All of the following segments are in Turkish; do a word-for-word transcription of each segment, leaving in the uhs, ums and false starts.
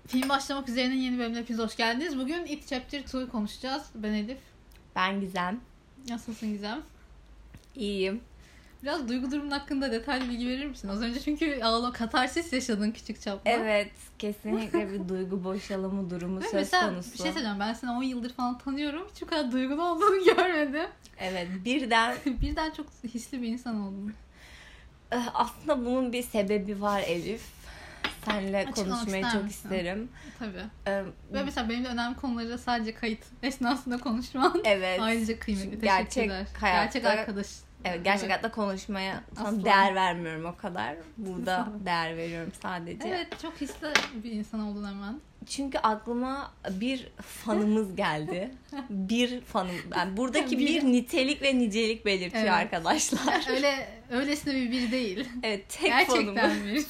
Film başlamak üzerine yeni bölümüne hepiniz hoş geldiniz. Bugün It Chapter iki'yi konuşacağız. Ben Elif. Ben Gizem. Nasılsın Gizem? İyiyim. Biraz duygu durumun hakkında detaylı bilgi verir misin? Az önce çünkü ağlama, katarsis yaşadın küçük çapta. Evet, kesinlikle bir duygu boşalımı durumu söz mesela konusu. Bir şey söyleyeceğim, ben seni on yıldır falan tanıyorum. Hiç bu kadar duygulu olduğunu görmedim. Evet, birden... birden çok hisli bir insan oldun. Aslında bunun bir sebebi var Elif. Seninle Açıklamak konuşmayı ister çok misin? isterim. Tabii. Ee, Ve mesela benim de önemli konuları sadece kayıt esnasında konuşman evet. ayrıca kıymetli. Gerçek Teşekkürler. hayatta, Gerçek arkadaş. Evet, gerçek evet. hayatta konuşmaya Asla. değer vermiyorum o kadar. Burada değer veriyorum sadece. Evet, çok hisli bir insan oldun hemen. Çünkü aklıma bir fanımız geldi. bir fanım. Yani buradaki bir, bir nitelik ve nicelik belirtiyor evet. arkadaşlar. Yani öyle öylesine bir bir değil. Evet, tek gerçekten fanımız. bir.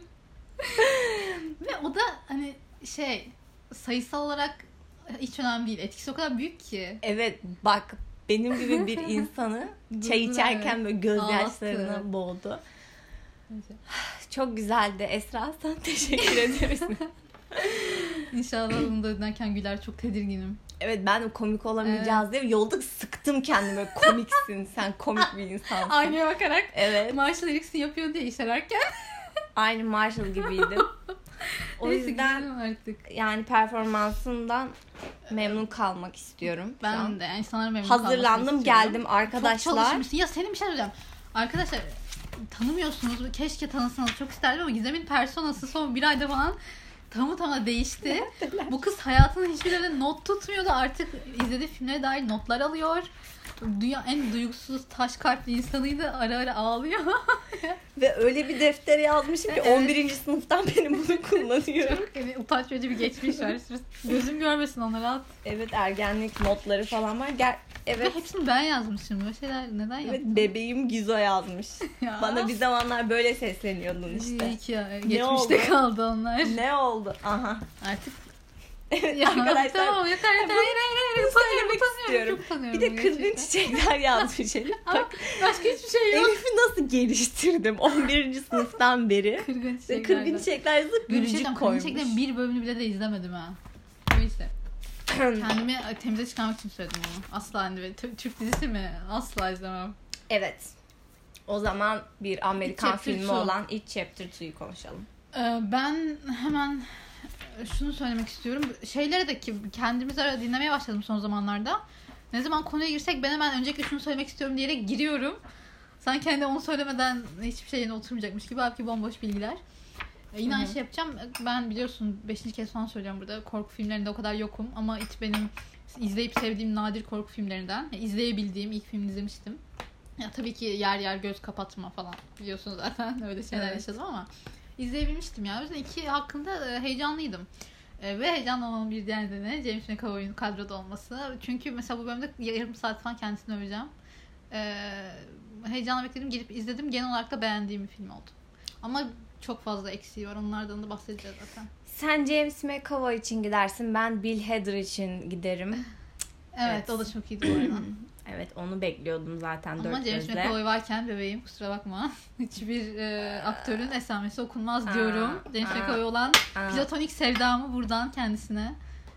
Ve o da hani şey, sayısal olarak hiç önemli değil. Etkisi o kadar büyük ki. Evet, bak benim gibi bir insanı çay içerken böyle gözyaşlarına boğdu. Çok güzeldi. Esra, sana teşekkür ederiz. İnşallah onu da dinlerken güler, çok tedirginim. Evet, ben de komik olamayacağız evet. diye yolda sıktım kendimi. Komiksin, sen komik bir insansın. Aynaya bakarak. Evet. Marshall Erickson yapıyor diye işererken. Aynı Marshall gibiydim. O Neyse, yüzden artık. Yani performansından memnun kalmak istiyorum. Ben de yani insanlara memnun Hazırlandım, geldim arkadaşlar. Çok çalışmışsın. Ya senin bir şey söyleyeceğim. Arkadaşlar tanımıyorsunuz. Keşke tanısanız, çok isterdim ama Gizem'in personası son bir ayda falan tamı tamına değişti. Bu kız hayatının hiçbir yerinde not tutmuyordu. Artık izlediği filmlere dair notlar alıyor. Dünya en duygusuz, taş kalpli insanıydı. Ara ara ağlıyor. Ve öyle bir deftere yazmışım ki evet. on birinci sınıftan benim bunu kullanıyorum. Çok yani, utanç verici bir geçmiş var. Gözüm görmesin onları at. Evet, ergenlik notları falan var. Ger- evet. Ve hepsini ben yazmışım. Böyle şeyler neden yaptın? Evet, bebeğim Gizo yazmış. Ya. Bana bir zamanlar böyle sesleniyordun işte. İyi ki ya. Geçmişte kaldı onlar. Ne oldu? Aha. Artık evet ya, arkadaşlar. Tamam yeter yeter. Hayır hayır hayır. Söylemek istiyorum. Bir de kırgın çiçekler yazmış Elif. Bak, başka hiçbir şey yok. Elif'i nasıl geliştirdim on birinci sınıftan beri. Kırgın çiçekler. Kırgın çiçekler yazıp gülücük koymuş. Kırgın çiçeklerin bir bölümünü bile de izlemedim ha. Neyse. Kendimi temize çıkarmak için söyledim onu. Asla hani Türk dizisi mi? Asla izlemem. Evet. O zaman bir Amerikan filmi two. olan It Chapter iki'yi konuşalım. Ee, ben hemen şunu söylemek istiyorum. Şeyleri de ki kendimiz ara dinlemeye başladım son zamanlarda. Ne zaman konuya girsek ben hemen öncelikle şunu söylemek istiyorum diyerek giriyorum. Sanki kendi onu söylemeden hiçbir şeyine oturmayacakmış gibi. Halbuki bomboş bilgiler. Ee, yine Hı-hı. aynı şey yapacağım. Ben biliyorsun beşinci kez falan söyleyeceğim burada. Korku filmlerinde o kadar yokum. Ama It benim izleyip sevdiğim nadir korku filmlerinden. Yani izleyebildiğim ilk filmi izlemiştim. Ya tabii ki yer yer göz kapatma falan. Biliyorsunuz zaten öyle şeyler evet. yaşadım ama izleyebilmiştim ya. O yüzden iki hakkında heyecanlıydım. Ee, ve heyecanlı olan bir diğer nedeni James McAvoy'un kadroda olması. Çünkü mesela bu bölümde yarım saat falan kendisini öveceğim. Ee, heyecanla bekledim. Gelip izledim. Genel olarak da beğendiğim bir film oldu. Ama çok fazla eksiği var. Onlardan da bahsedeceğiz zaten. Sen James McAvoy için gidersin. Ben Bill Hader için giderim. evet, evet. O da çok iyiydi bu arada. Evet, onu bekliyordum zaten Ama dört James gözle. McAvoy varken bebeğim, kusura bakma. Hiçbir e, aktörün esamesi okunmaz aa, diyorum. James McAvoy olan aa. platonik sevdamı buradan kendisine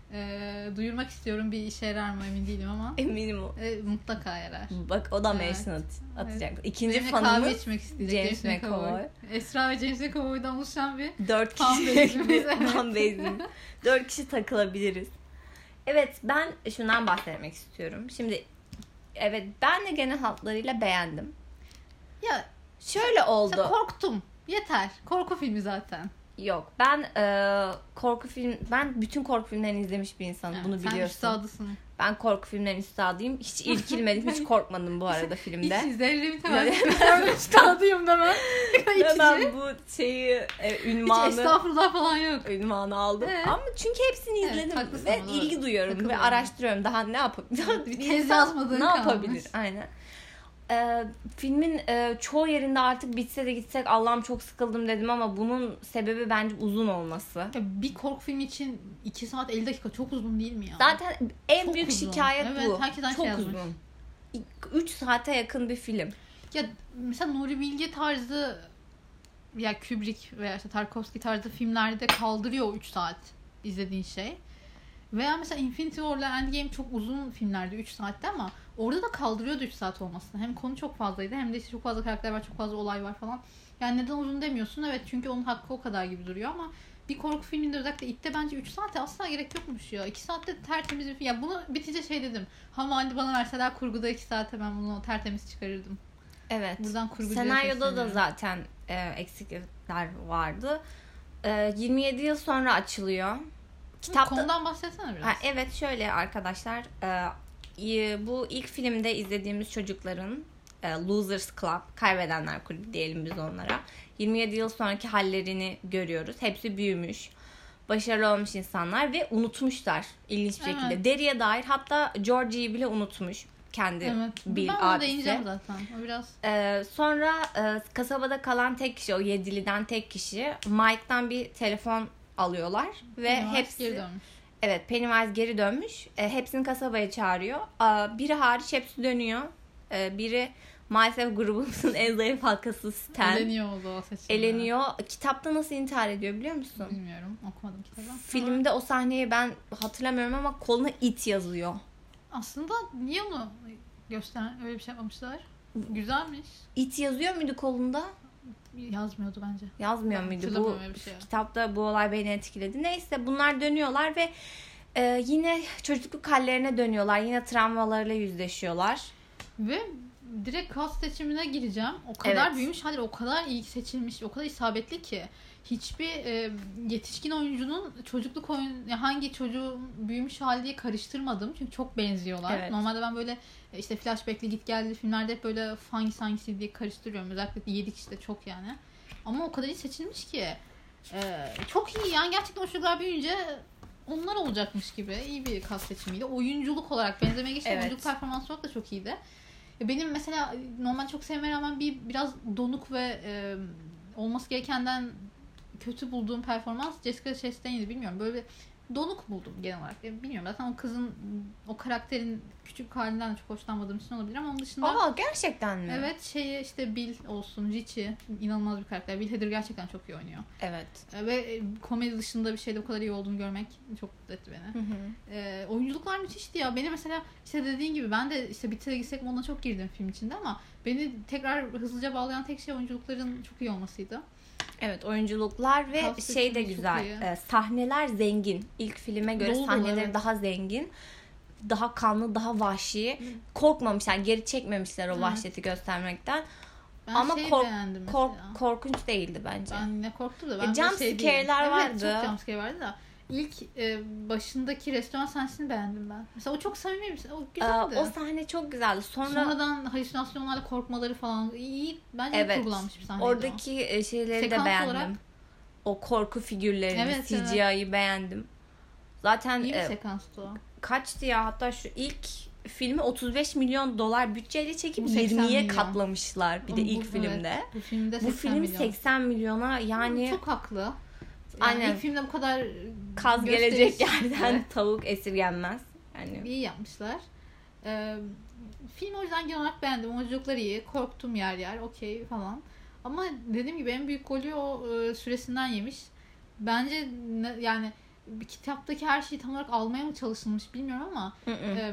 e, duyurmak istiyorum. Bir işe yarar mı emin değilim ama. Eminim o. E, mutlaka yarar. Bak o da evet. mention atacak. Evet. İkinci Benimle fanımız kahve içmek isteyecek James, James McAvoy. McAvoy. Esra ve James McAvoy'dan oluşan bir dört kişi fan base'imiz. Dört kişi takılabiliriz. Evet, ben şundan bahsetmek istiyorum. Şimdi evet, ben de genel hatlarıyla beğendim. Ya şöyle oldu. Korktum. Yeter. Korku filmi zaten. Yok. Ben e, korku film ben bütün korku filmlerini izlemiş bir insanım. Evet, bunu biliyorsun. Sen üstadısın. Ben korku filmlerinin üstadıyım. Hiç irkilmedim, hiç korkmadım bu arada filmde. Hiç zerremi temel. Üstadıyım deme. Ben bu şeyi e, ünvanı hiç estağfurullah falan yok. Ünvanı aldım. Evet. Ama çünkü hepsini izledim evet, ve doğru. ilgi duyuyorum ve araştırıyorum. Daha ne yapabilir? Bir tez yazmadığın ne kalmış. yapabilir? Aynen. Ee, filmin e, çoğu yerinde artık bitse de gitsek Allah'ım çok sıkıldım dedim ama bunun sebebi bence uzun olması. Ya bir korku filmi için iki saat elli dakika çok uzun değil mi ya? Zaten en çok büyük uzun. şikayet evet, bu. Çok şey uzun. üç saate yakın bir film. Ya mesela Nuri Bilge tarzı ya Kubrick veya işte Tarkovski tarzı filmlerde kaldırıyor üç saat. izlediğin şey. Veya mesela Infinity War'la Endgame çok uzun filmlerdi, üç saatte, ama orada da kaldırıyordu üç saat olmasını. Hem konu çok fazlaydı hem de işte çok fazla karakter var, çok fazla olay var falan. Yani neden uzun demiyorsun? Evet, çünkü onun hakkı o kadar gibi duruyor ama bir korku filminde, özellikle It'te bence üç saate asla gerek yokmuş ya. iki saatte tertemiz bir film. Ya bunu bitince şey dedim. Hamalini bana verseler kurguda iki saate ben bunu tertemiz çıkarırdım. Evet. Buradan senaryoda da zaten e, eksiklikler vardı. E, yirmi yedi yıl sonra açılıyor. Kitapta... Konudan bahsetsene biraz. Ha, evet, şöyle arkadaşlar. E, bu ilk filmde izlediğimiz çocukların e, Losers Club, kaybedenler kulübü diyelim biz onlara. yirmi yedi yıl sonraki hallerini görüyoruz. Hepsi büyümüş, başarılı olmuş insanlar ve unutmuşlar ilginç bir şekilde. Evet. Derry'e dair, hatta Georgie'yi bile unutmuş. Kendi evet. Bill ben abisi. değineceğim zaten. O biraz... Ee, sonra e, kasabada kalan tek kişi, o yediliden tek kişi, Mike'dan bir telefon alıyorlar ve Pennywise hepsi geri dönmüş. Evet, Pennywise geri dönmüş. E, hepsini kasabaya çağırıyor. E, biri hariç hepsi dönüyor. E, biri maalesef grubumuzun en zayıf halkası Stan. Eleniyor oldu o seçimde. Eleniyor. Kitapta nasıl intihar ediyor biliyor musun? Bilmiyorum. Okumadım kitabı. Filmde o sahneyi ben hatırlamıyorum ama koluna it yazıyor. Aslında niye onu göster öyle bir şey yapmamışlar? Güzelmiş. It yazıyor muydu kolunda? Yazmıyordu bence. Yazmıyor ben muydu? Bu şey. Kitapta bu olay beni etkiledi. Neyse, bunlar dönüyorlar ve e, yine çocukluk hallerine dönüyorlar. Yine travmalarıyla yüzleşiyorlar. Ve direkt cast seçimine gireceğim. O kadar evet. büyümüş halde, o kadar iyi seçilmiş, o kadar isabetli ki. Hiçbir e, yetişkin oyuncunun çocukluk oyun, hangi çocuğun büyümüş hali diye karıştırmadım. Çünkü çok benziyorlar. Evet. Normalde ben böyle işte flashback'li git geldi filmlerde hep böyle hangisi hangisi diye karıştırıyorum. Özellikle yedi kişi de çok yani. Ama o kadar iyi seçilmiş ki. E, çok iyi yani. Gerçekten o çocuklar büyüyünce onlar olacakmış gibi. İyi bir kas seçimiydi. Oyunculuk olarak benzemeye geçti. Evet. Oyunculuk performansı olarak da çok iyiydi. Benim mesela normal çok sevmeye rağmen bir biraz donuk ve e, olması gerekenden kötü bulduğum performans Jessica Chastain'di. Bilmiyorum, böyle bir donuk buldum genel olarak. E, bilmiyorum, zaten o kızın, o karakterin küçük halinden de çok hoşlanmadığım için olabilir ama onun dışında... Aa, gerçekten mi? Evet, şeyi işte Bill olsun, Richie inanılmaz bir karakter. Bill Hader gerçekten çok iyi oynuyor. Evet. E, ve e, komedi dışında bir şeyde bu kadar iyi olduğunu görmek çok mutlu etti beni. Hı hı. E, oyunculuklar müthişti ya. Beni mesela işte dediğin gibi ben de işte Bitir'e gitsek moduna çok girdim film içinde ama beni tekrar hızlıca bağlayan tek şey oyunculukların çok iyi olmasıydı. Evet, oyunculuklar ve Kalk şey de güzel. E, sahneler zengin. İlk filme göre Doğru, sahneleri evet. daha zengin. Daha kanlı, daha vahşi. Hı. Korkmamışlar, geri çekmemişler o evet. vahşeti göstermekten. Ben ama şey kork, kork, korkunç değildi bence. Ben ne korktum da ben e, jump şey scare'ler vardı. Evet, çok jump scare vardı da. İlk e, başındaki restoran sahnesini beğendim ben. Mesela o çok samimi bir şey. O güzeldi. Ee, o sahne çok güzeldi. Sonra... Sonradan halüsinasyonlarla korkmaları falan iyi. Bence evet. kurgulanmış bir sahneydi. Oradaki o. şeyleri Sekans de beğendim. Olarak... O korku figürlerini, evet, C G I'yi evet. beğendim. Zaten iyi bir e, sekanstı o. Kaçtı ya? Hatta şu ilk filmi otuz beş milyon dolar bütçeyle çekip yirmiye milyon. katlamışlar. Bir de bu, ilk bu, filmde. Evet. Bu filmde bu film milyon. seksen milyona yani. Çok haklı. Yani aynen. İlk filmde bu kadar kaz gelecek yerden evet. tavuk esirgenmez. Yani iyi yapmışlar. Ee, film o yüzden genel olarak beğendim. Oyunculuklar iyi. Korktum yer yer. Okey falan. Ama dediğim gibi en büyük golü o e, süresinden yemiş. Bence ne, yani bir kitaptaki her şeyi tam olarak almaya mı çalışılmış bilmiyorum ama e,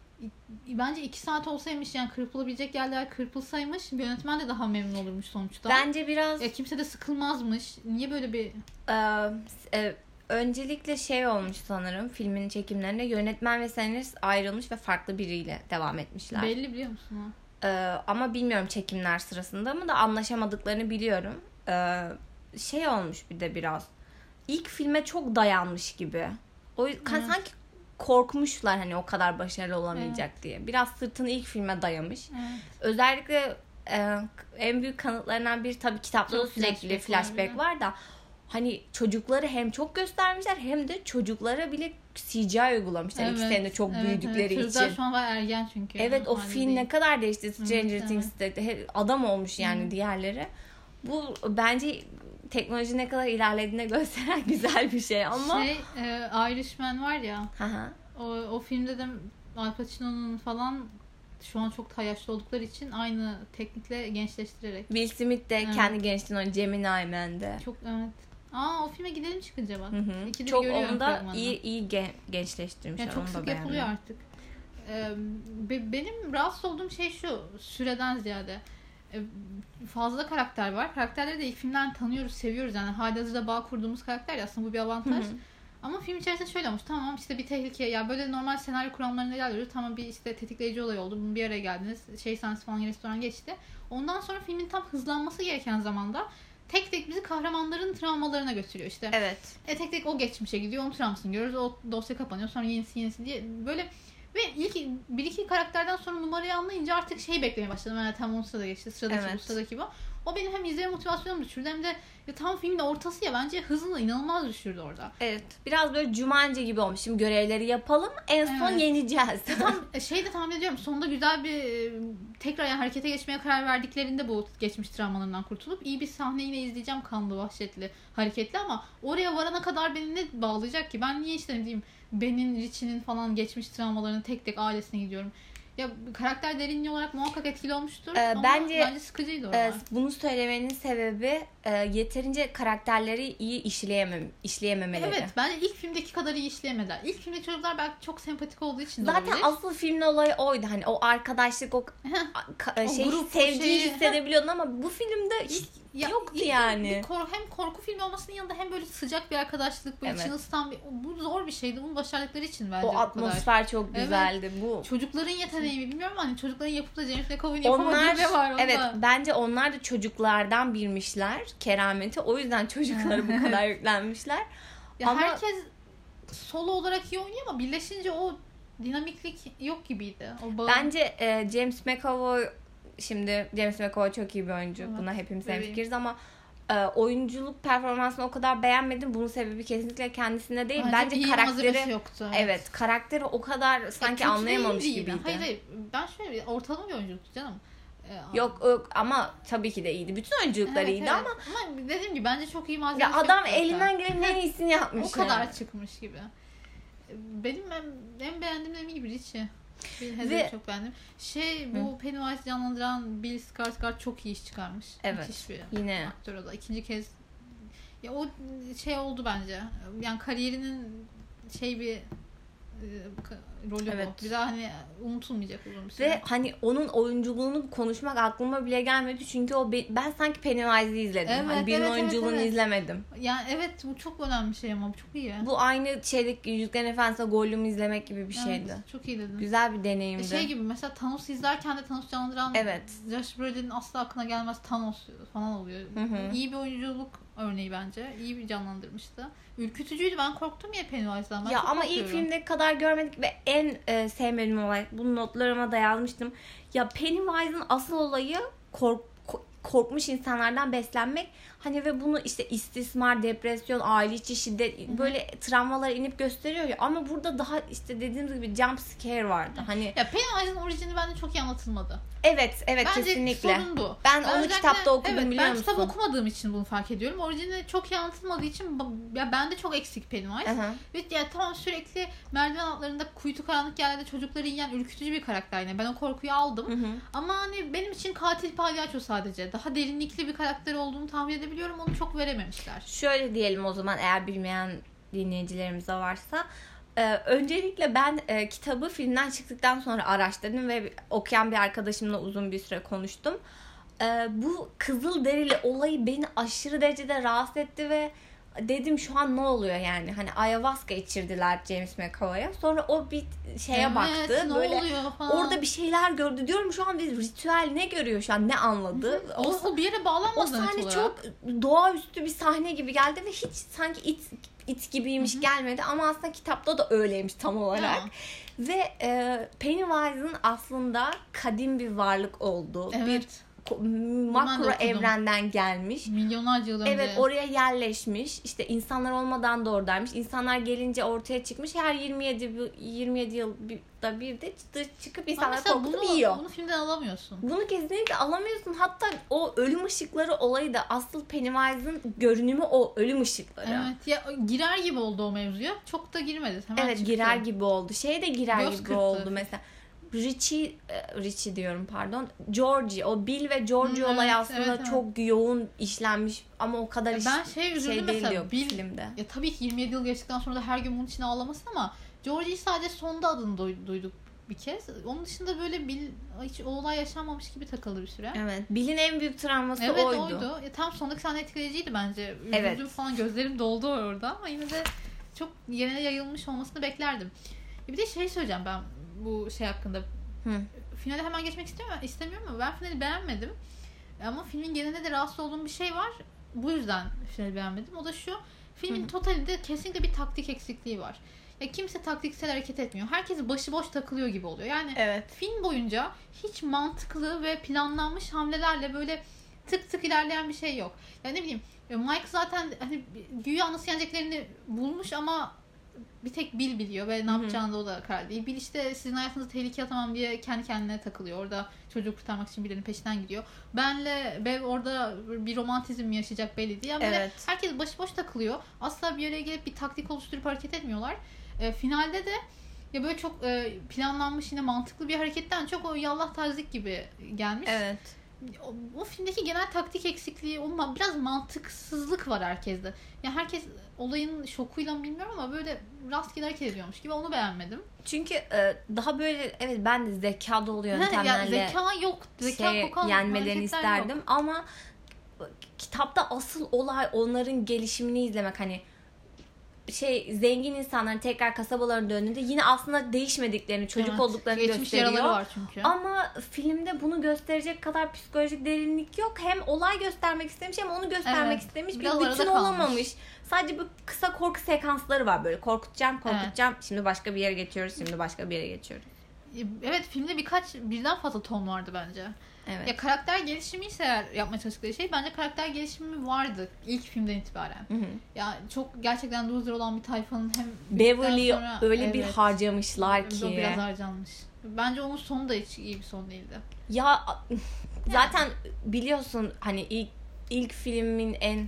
bence iki saat olsaymış, yani kırpılabilecek yerler kırpılsaymış, yönetmen de daha memnun olurmuş sonuçta. Bence biraz... Ya kimse de sıkılmazmış. Niye böyle bir... Ee, e, öncelikle şey olmuş sanırım, filmin çekimlerinde yönetmen ve senarist ayrılmış ve farklı biriyle devam etmişler. Belli, biliyor musun o? Ee, ama bilmiyorum çekimler sırasında mı da anlaşamadıklarını biliyorum. Ee, şey olmuş bir de biraz. İlk filme çok dayanmış gibi. O evet. sanki korkmuşlar hani o kadar başarılı olamayacak evet. diye. Biraz sırtını ilk filme dayamış. Evet. Özellikle e, en büyük kanıtlarından biri tabii kitapta da sürekli flashback, flashback var, var da hani çocukları hem çok göstermişler hem de çocuklara bile C G I uygulamışlar. Evet. İkisinin de çok evet, büyüdükleri evet. için. Çocuklar şu an var ergen çünkü. Evet, o film değil. Ne kadar değişti. Stranger evet, Things'te evet. adam olmuş yani hmm. diğerleri. Bu bence teknoloji ne kadar ilerlediğine gösteren güzel bir şey ama şey e, Irishman var ya. o, o filmde de Al Pacino'nun falan şu an çok daha yaşlı oldukları için aynı teknikle gençleştirerek. Will Smith de evet. kendi gençliğini oynadı. Gemini Man'de. Çok evet. Aa, o filme gidelim çıkınca bak. Hı hı. Çok onu da iyi iyi gen- gençleştirmişler. Yani çok sık yapılıyor artık. Ee, be- benim rahatsız olduğum şey şu, süreden ziyade. Ee, fazla karakter var. Karakterleri de ilk filmden tanıyoruz, seviyoruz. Yani halihazırda bağ kurduğumuz karakter ya, aslında bu bir avantaj. Hı hı. Ama film içerisinde şöyle olmuş. Tamam işte bir tehlike. Ya böyle normal senaryo kuramlarında ilerliyoruz. Tamam bir işte tetikleyici olay oldu. Bunun bir araya geldiniz. Şey sahnesi falan, restoran geçti. Ondan sonra filmin tam hızlanması gereken zamanda tek tek bizi kahramanların travmalarına götürüyor işte. Evet. E tek tek o geçmişe gidiyor. Onun travmasını görüyoruz. O dosya kapanıyor. Sonra yenisi yenisi diye böyle ve ilk bir iki karakterden sonra numarayı anlayınca artık şey beklemeye başladım. Yani tam o sırada geçti. Sıradaki evet. bu sıradaki bu. O benim hem izleme motivasyonumu düşürdü hem de ya tam filmin ortası ya, bence hızını inanılmaz düşürdü orada. Evet. Biraz böyle Jumanji gibi olmuş. Şimdi görevleri yapalım. En son evet. yeneceğiz. Tam şey de tahmin ediyorum. Sonunda güzel bir tekrar yani harekete geçmeye karar verdiklerinde bu geçmiş travmalarından kurtulup iyi bir sahne yine izleyeceğim, kanlı, vahşetli, hareketli, ama oraya varana kadar beni ne bağlayacak ki? Ben niye işte ne diyeyim Ben'in, Richie'nin falan geçmiş travmalarını tek tek ailesine gidiyorum. Ya karakter derinliği olarak muhakkak etkili olmuştur ee, ama bence, bence sıkıcıydı o. E, bunu söylemenin sebebi e, yeterince karakterleri iyi işleyemem, işleyememeleri. Evet, bence ilk filmdeki kadar iyi işleyemediler. İlk filmde çocuklar belki çok sempatik olduğu için de zaten olabilir. asıl filmin olayı oydu. Hani o arkadaşlık, o, o şey grup, sevgiyi şey... hissedebiliyordun ama bu filmde hiç ya, yoktu yani. Bir kor- hem korku filmi olmasının yanında hem böyle sıcak bir arkadaşlık, böyle evet. içini ısıtan bir, bu zor bir şeydi. Bunu başardıkları için bence o atmosfer kadar. Çok güzeldi. Evet. Bu çocukların yeteneği mi bilmiyorum ama hani çocukların yapıp da James McAvoy'un yapamadığı bir var onda. Evet, bence onlar da çocuklardan bilmişler kerameti. O yüzden çocuklara bu kadar yüklenmişler. Ya ama herkes solo olarak iyi oynuyor ama birleşince o dinamiklik yok gibiydi. O bağım... Bence e, James McAvoy, şimdi James McAvoy çok iyi bir oyuncu. Evet. Buna hepimiz hemfikiriz ama e, oyunculuk performansını o kadar beğenmedim. Bunun sebebi kesinlikle kendisinde değil. Bence, Bence karakteri yoktu. Evet. evet, karakteri o kadar sanki e, anlayamamış gibiydi. Hayır hayır. Ben şöyle bir ortalama bir oyunculuktu canım. Yok yok ama tabii ki de iyiydi. Bütün oyunculuklar evet, iyiydi evet. ama ama dediğim gibi bence çok iyi malzeme. Ya adam elinden gelenin en iyisini yapmış. O kadar yani. Çıkmış gibi. Benim en, en beğendiğim eminim gibi Richie. Ve çok beğendim. Şey bu Hı. Pennywise canlandıran Bill Skarsgård çok iyi iş çıkarmış. Evet. Müthiş bir yine aktör o da. İkinci kez ya o şey oldu bence. Yani kariyerinin şey bir rolü evet. bu. Bir daha hani unutulmayacak uzun bir süre. Ve hani onun oyunculuğunu konuşmak aklıma bile gelmedi çünkü o be, ben sanki Pennywise'i izledim. Evet, hani birinin evet, oyunculuğunu evet, evet. izlemedim. Yani evet bu çok önemli bir şey ama bu çok iyi. Bu aynı şeydeki Yüzüklerin Efendisi'nde Gollum'u izlemek gibi bir şeydi. Evet, çok iyi dedin. Güzel bir deneyimdi. Şey gibi mesela Thanos izlerken de Thanos canlandıran evet. Josh Brolin'in asla aklına gelmez Thanos falan oluyor. Hı hı. İyi bir oyunculuk örneği bence. İyi bir canlandırmıştı. Ürkütücüydü. Ben korktum ya Pennywise'dan. Ben ya ama ilk filmde kadar görmedik ve en e, sevmediğim olay, bunu notlarıma da yazmıştım. Ya Pennywise'ın asıl olayı kork, korkmuş insanlardan beslenmek. Hani ve bunu işte istismar, depresyon, aile içi şiddet Hı-hı. böyle travmalara inip gösteriyor ya. Ama burada daha işte dediğimiz gibi jump scare vardı. Hani ya Pennywise'ın orijini bence çok iyi anlatılmadı. Evet, evet bence kesinlikle. Bence sorun bu. Ben, ben onu kitapta okudum evet, biliyor ben musun? Ben kitap okumadığım için bunu fark ediyorum. Orijini çok iyi anlatılmadığı için ya bende çok eksik Pennywise. Hı-hı. Ve ya tamam sürekli merdiven altlarında kuytu karanlık yerlerde çocukları yiyen ürkütücü bir karakter yine. Ben o korkuyu aldım. Hı-hı. Ama hani benim için katil palyaço sadece. Daha derinlikli bir karakter olduğunu tahmin edebiliyorum. Biliyorum onu çok verememişler. Şöyle diyelim o zaman eğer bilmeyen dinleyicilerimiz de varsa. Ee, öncelikle ben e, kitabı filmden çıktıktan sonra araştırdım ve okuyan bir arkadaşımla uzun bir süre konuştum. Ee, bu Kızılderili olayı beni aşırı derecede rahatsız etti ve dedim şu an ne oluyor yani? Hani ayahuasca içirdiler James McAvoy'a. Sonra o bir şeye evet, baktı. Ne böyle oluyor falan. Orada bir şeyler gördü. Diyorum şu an bir ritüel ne görüyor şu an? Ne anladı? O bir yere bağlanmadı. O sahne çok doğaüstü bir sahne gibi geldi ve hiç sanki it it gibiymiş Hı-hı. gelmedi ama aslında kitapta da öyleymiş tam olarak. Ya. Ve e, Pennywise'ın aslında kadim bir varlık olduğu evet. bir makro evrenden gelmiş. Milyonlarca yıl önce. Evet oraya yerleşmiş. İşte insanlar olmadan da oradaymış. İnsanlar gelince ortaya çıkmış. Her yirmi yedi yirmi yedi yılda bir de çıkıp insanlar korkutup bunu, yiyor. Bunu filmden alamıyorsun. Bunu kesinlikle alamıyorsun. Hatta o ölüm ışıkları olayı da asıl Pennywise'ın görünümü o ölüm ışıkları. Evet. Ya girer gibi oldu o mevzuya. Çok da girmedi. Hemen evet çıktı. Girer gibi oldu. Şey de girer Göz gibi kırptı. Oldu mesela. Richie Richie diyorum pardon. Georgie, o Bill ve Georgie hmm, olayı evet, aslında evet, çok evet. yoğun işlenmiş ama o kadar iş, ben şey üzüldüm şey mesela diyor, Bill filmde. Ya tabii ki yirmi yedi yıl geçtikten sonra da her gün bunun içine ağlamasın ama Georgie'yi sadece sonda adını duyduk bir kez. Onun dışında böyle Bill hiç o olay yaşanmamış gibi takıldı bir süre. Evet. Bill'in en büyük travması evet, oydu. Evet oydu. Ya, tam sondaki sahne etkileyiciydi bence. Üzüldüm evet. falan, gözlerim doldu orada ama yine de çok yerine yayılmış olmasını beklerdim. Bir de şey söyleyeceğim ben bu şey hakkında. Hı. Finale hemen geçmek istemiyorum, istemiyorum ama ben finali beğenmedim. Ama filmin genelinde de rahatsız olduğum bir şey var. Bu yüzden finali beğenmedim. O da şu. Filmin Hı. totalinde kesinlikle bir taktik eksikliği var. Ya kimse taktiksel hareket etmiyor. Herkes başıboş takılıyor gibi oluyor. Yani evet. film boyunca hiç mantıklı ve planlanmış hamlelerle böyle tık tık ilerleyen bir şey yok. Yani ne bileyim Mike zaten hani güya nasıl yeneceklerini bulmuş ama bir tek Bill biliyor ve ne yapacağını da o da karar değil. Bill işte sizin hayatınızı tehlikeye atamam diye kendi kendine takılıyor. Orada çocuğu kurtarmak için birilerinin peşinden gidiyor. Benle Bev orada bir romantizm mi yaşayacak belli değil. Yani evet. herkes başıboş takılıyor. Asla bir yere gelip bir taktik oluşturup hareket etmiyorlar. E, finalde de ya böyle çok e, planlanmış yine mantıklı bir hareketten çok o yallah tazik gibi gelmiş. Evet. O, o filmdeki genel taktik eksikliği, o biraz mantıksızlık var herkeste. Ya yani herkes olayın şokuyla mı bilmiyorum ama böyle rastgele hareket ediyormuş gibi, onu beğenmedim. Çünkü e, daha böyle evet ben de zeka dolu yöntemlerle ya, zeka yok. Zeka şey, yenmelerini isterdim yok. Ama kitapta asıl olay onların gelişimini izlemek, hani şey zengin insanların tekrar kasabalarına döndüğünde yine aslında değişmediklerini, çocuk evet. olduklarını geçmiş gösteriyor. Yaraları var çünkü. Ama filmde bunu gösterecek kadar psikolojik derinlik yok. Hem olay göstermek istemiş hem onu göstermek evet. istemiş. Biraz bir bütün olamamış. Sadece bu kısa korku sekansları var böyle. Korkutacağım, korkutacağım. Evet. Şimdi başka bir yere geçiyoruz. Şimdi başka bir yere geçiyoruz. Evet, filmde birkaç birden fazla ton vardı bence. Evet. Ya karakter gelişimi ise eğer yapmaya çalıştıkları şey, bence karakter gelişimi vardı ilk filmden itibaren. Hı hı. Ya çok gerçekten loser olan bir tayfanın hem Beverly'yi öyle evet, bir harcamışlar ki. O biraz harcanmış. Bence onun sonu da hiç iyi bir son değildi. Ya zaten biliyorsun hani ilk ilk filmin en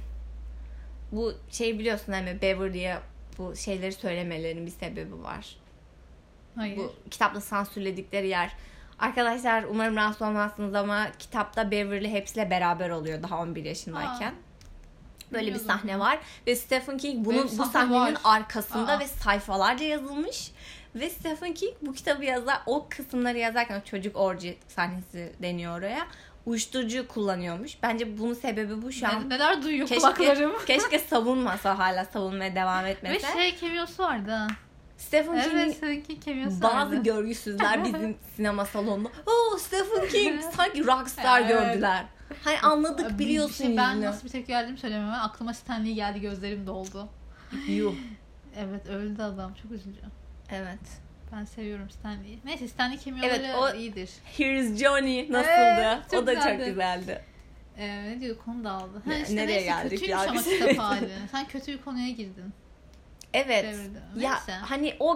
bu şey biliyorsun hani Beverly'ye bu şeyleri söylemelerinin bir sebebi var. Hayır. Bu kitapta sansürledikleri yer. Arkadaşlar umarım rahatsız olmazsınız ama kitapta Beverly hepsiyle beraber oluyor daha on bir yaşındayken. Aa, böyle bir sahne var ve Stephen King bunun bu sahnenin var. arkasında Aa. ve sayfalarca yazılmış ve Stephen King bu kitabı yazar, o kısımları yazarken o çocuk orji sahnesi deniyor oraya. Uyuşturucu kullanıyormuş. Bence bunun sebebi bu şu an. Neler duyuyor keşke, kulaklarım. Keşke savunmasa, hala savunmaya devam etmese. Ve şey keviyosu vardı. Stephen evet, King'in bazı vardı. görgüsüzler bizim sinema salonunda oh Stephen King sanki rockstar evet. gördüler. Hani anladık, biliyorsun şey, ben nasıl bir tepki verdiğimi söylemem ama aklıma Stan Lee geldi, gözlerim doldu. Yuh. Evet, öldü adam, çok üzücü. Evet. Ben seviyorum Stan Lee'yi. Neyse, Stan Lee kemiyoları evet, o iyidir. Here's Johnny nasıldı? Evet, o da güzeldi. Çok güzeldi. Ee, ne diyor, konu dağıldı. Ha, ne, işte nereye neyse, geldik kötüymüş ya? Ama kitap hali. Sen kötü bir konuya girdin. Evet. Ya hani o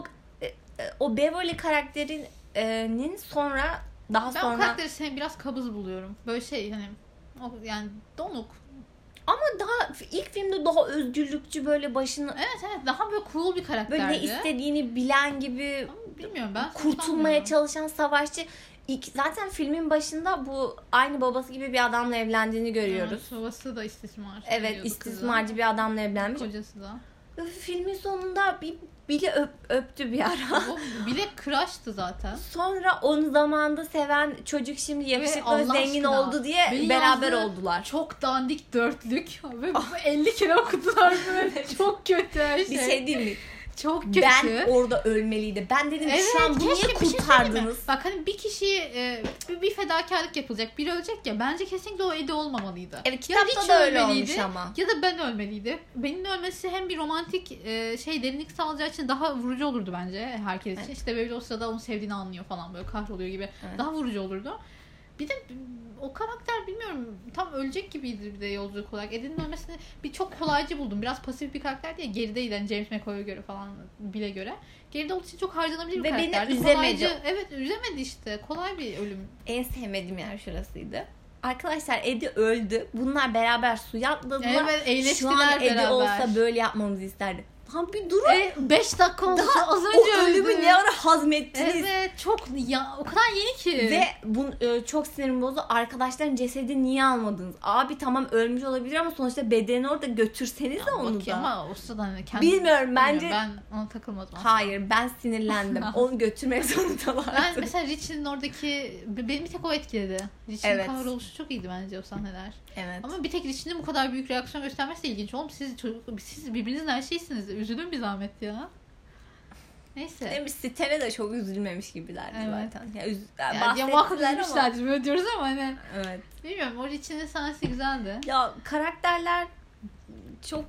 o Beverly karakterinin sonra daha ben sonra ben o karakteri seni biraz kabız buluyorum. Böyle şey hani o yani donuk. Ama daha ilk filmde daha özgürlükçü, böyle başını evet evet daha böyle cool bir karakterdi. Böyle ne istediğini bilen gibi. Ama bilmiyorum, ben kurtulmaya çalışan savaşçı. İlk, zaten filmin başında bu aynı babası gibi bir adamla evlendiğini görüyoruz. Evet, babası da istismar. Evet, istismarcı kızı. Bir adamla evlenmiş. Kocası da. Filmin sonunda bir bile öp, öptü bir ara. O bile crush'tı zaten. Sonra onu zamanında seven çocuk şimdi yakışıklı ve zengin aşkına, oldu diye beraber oldular. Çok dandik dörtlük. Ve elli kere okudular böyle. Çok kötü her şey. Bir şey değil mi? Çok kötü. Ben orada ölmeliydi. Ben dedim evet, şu an bunu niye kurtardınız? Şey Bak hani bir kişiye e, bir, bir fedakarlık yapılacak. Biri ölecek ya. Bence kesinlikle o Eddie olmamalıydı. Evet, kitapta da öyle olmuş ama. Ya da ben ölmeliydi. Benim ölmesi hem bir romantik e, şey derinlik sağlayacağı için daha vurucu olurdu bence herkes için. Evet. İşte böyle o sırada onu sevdiğini anlıyor falan, böyle kahroluyor gibi. Evet. Daha vurucu olurdu. Bir de o karakter bilmiyorum tam ölecek gibiydi bir de yolculuk olarak. Eddie'nin ölmesini bir çok kolaycı buldum. Biraz pasif bir karakter diye, gerideydi yani James McAvoy'a göre falan bile göre. Geride olduğu için çok harcanabilir bir ve karakterdi. Ve beni üzemedi. Kolaycı, evet üzemedi işte. Kolay bir ölüm. En sevmediğim yer şurasıydı. Arkadaşlar Eddie öldü. Bunlar beraber suya atladılar. Evet, eğleştiler beraber. Şu an Eddie beraber. olsa böyle yapmamızı isterdi. Ha bir durun. beş e, dakika oldu. Daha az önce o ölümü öldü. Ne ara hazmettiniz? Evet çok ya o kadar yeni ki. Ve bu e, çok sinirim bozdu. Arkadaşların cesedi niye almadınız? Abi tamam ölmüş olabilir ama sonuçta bedeni orada götürseniz de onu da. Ama o sırada hani kendi... Bilmiyorum bence. Ben ona takılmadım. Hayır ben sinirlendim. Onu götürmek zorundalardı. Ben mesela Richie'nin oradaki benim bir tek o etkiledi. Richie'nin evet. kahroluşu çok iyiydi bence o sahneler. Evet. Ama bir tek Richie'nin bu kadar büyük reaksiyon göstermesi de ilginç. Oğlum siz çocuk siz birbirinizin her şeysiniz. Üzülün bir zahmet ya. Neyse. Demiş Sitene de çok üzülmemiş gibilerdi evet. zaten. Ya, üz- yani yani ya muhakkak üzülmüşlerdir böyle diyoruz ama hani. Evet. Bilmiyorum o Richie'nin sahnesi güzeldi. Ya karakterler çok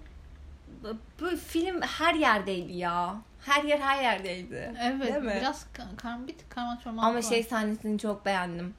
böyle film her yerdeydi ya. Her yer her yerdeydi. Evet. Biraz kar, bir tık karman çorman ama var. şey sahnesini çok beğendim.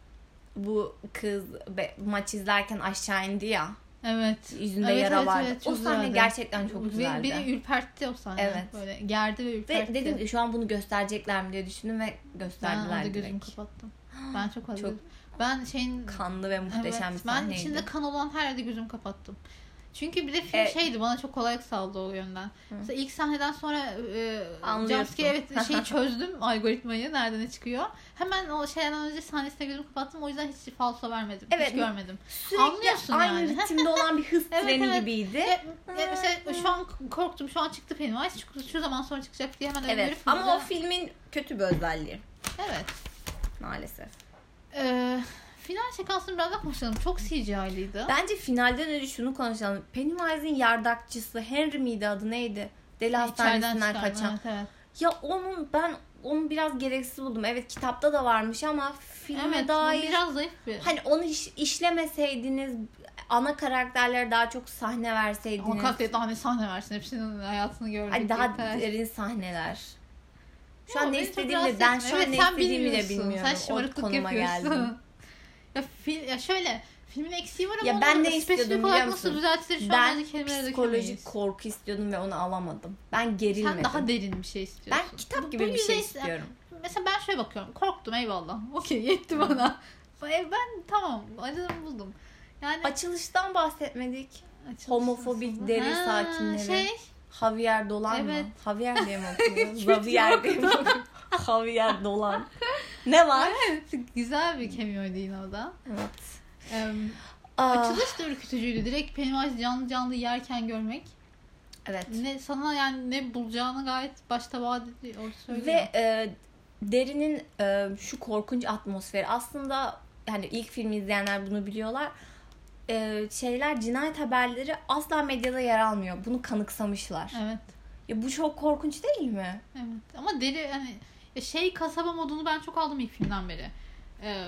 Bu kız be, maç izlerken aşağı indi ya. Evet. Yüzünde evet, yara evet, vardı. Evet, o sahne güzeldi. Gerçekten çok güzeldi. Beni ürpertti o sahne. Evet. Böyle gerdi ve ürpertti. Ve dedim ki şu an bunu gösterecekler mi diye düşündüm ve gösterdiler ben direkt. Ben gözümü kapattım. Ben çok az çok ben şeyin kanlı ve muhteşem evet, bir sahneydi. Ben içinde kan olan her yerde gözümü kapattım. Çünkü bir de film e, şeydi bana çok kolaylık sağladı o yönden. Hı. Mesela ilk sahneden sonra e, jumpscare evet şeyi çözdüm algoritmayı nereden ne çıkıyor. Hemen o şeyden önce sahnesine gözümü kapattım. O yüzden hiç falso vermedim. Evet, hiç görmedim. Sürekli Anlıyorsun aynı yani. Ritimde olan bir hız evet, treni evet. gibiydi. Ya, ya mesela şu an korktum. Şu an çıktı Pennywise. Şu, şu zaman sonra çıkacak diye hemen evet. öngörüp Ama fırladım. O filmin kötü bir özelliği. Evet. Maalesef. Eee Final sekansını biraz daha konuşalım. Çok C G I'lıydı. Bence finalden önce şunu konuşalım. Pennywise'in yardakçısı Henry miydi adı neydi? Deli hastanesinden kaçan. Evet, evet. Ya onun ben onu biraz gereksiz buldum. Evet kitapta da varmış ama filme evet, dair biraz zayıf bir. Hani onu iş, işlemeseydiniz ana karakterlere daha çok sahne verseydiniz. Ama kalk daha ne sahne versin. Hepsinin hayatını gördük. Hani daha yeter. derin sahneler. Şu ya, an ne istediğimi ben şu evet, an ne istediğimi de bilmiyorum. Sen şımarıklık yapıyorsun. Ya, fil, ya şöyle filmin eksiği var ama ya ben ne istiyordum biliyor musun? Nasıl düzeltilir şu ben psikolojik korku istiyordum ve onu alamadım. Ben gerilmedim. Sen daha derin bir şey istiyorsun. Ben kitap bu, gibi bu bir şey istiyorum. Mesela ben şöyle bakıyorum. Korktum eyvallah. Okey yetti bana. Ben tamam acıdım buldum. Yani açılıştan bahsetmedik. Açılış homofobik deri ha, sakinleri. Şey Javier Dolan evet. mı? Javier diye mi okunuyor? Javier diye mi okunuyor? Javier Dolan. Ne var? Evet, güzel bir cameo'ydu yine o da. Evet. Um, açılış da ürkütücüydü. Direkt Pennywise canlı canlı yerken görmek. Evet. Ne sana yani ne bulacağını gayet başta vaat ediyor söylüyor. Ve e, derinin e, şu korkunç atmosferi aslında yani ilk filmi izleyenler bunu biliyorlar. E, şeyler cinayet haberleri asla medyada yer almıyor. Bunu kanıksamışlar. Evet. Ya bu çok korkunç değil mi? Evet. Ama deri hani şey kasaba modunu ben çok aldım ilk filmden beri. Ee,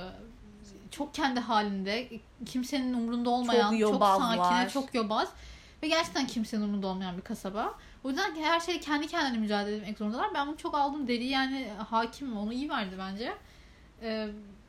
çok kendi halinde, kimsenin umurunda olmayan, çok, çok sakine, çok yobaz ve gerçekten kimsenin umurunda olmayan bir kasaba. O yüzden her şey kendi kendine mücadele etmek zorundalar. Ben bunu çok aldım. Deri yani hakim, onu iyi verdi bence. Ee,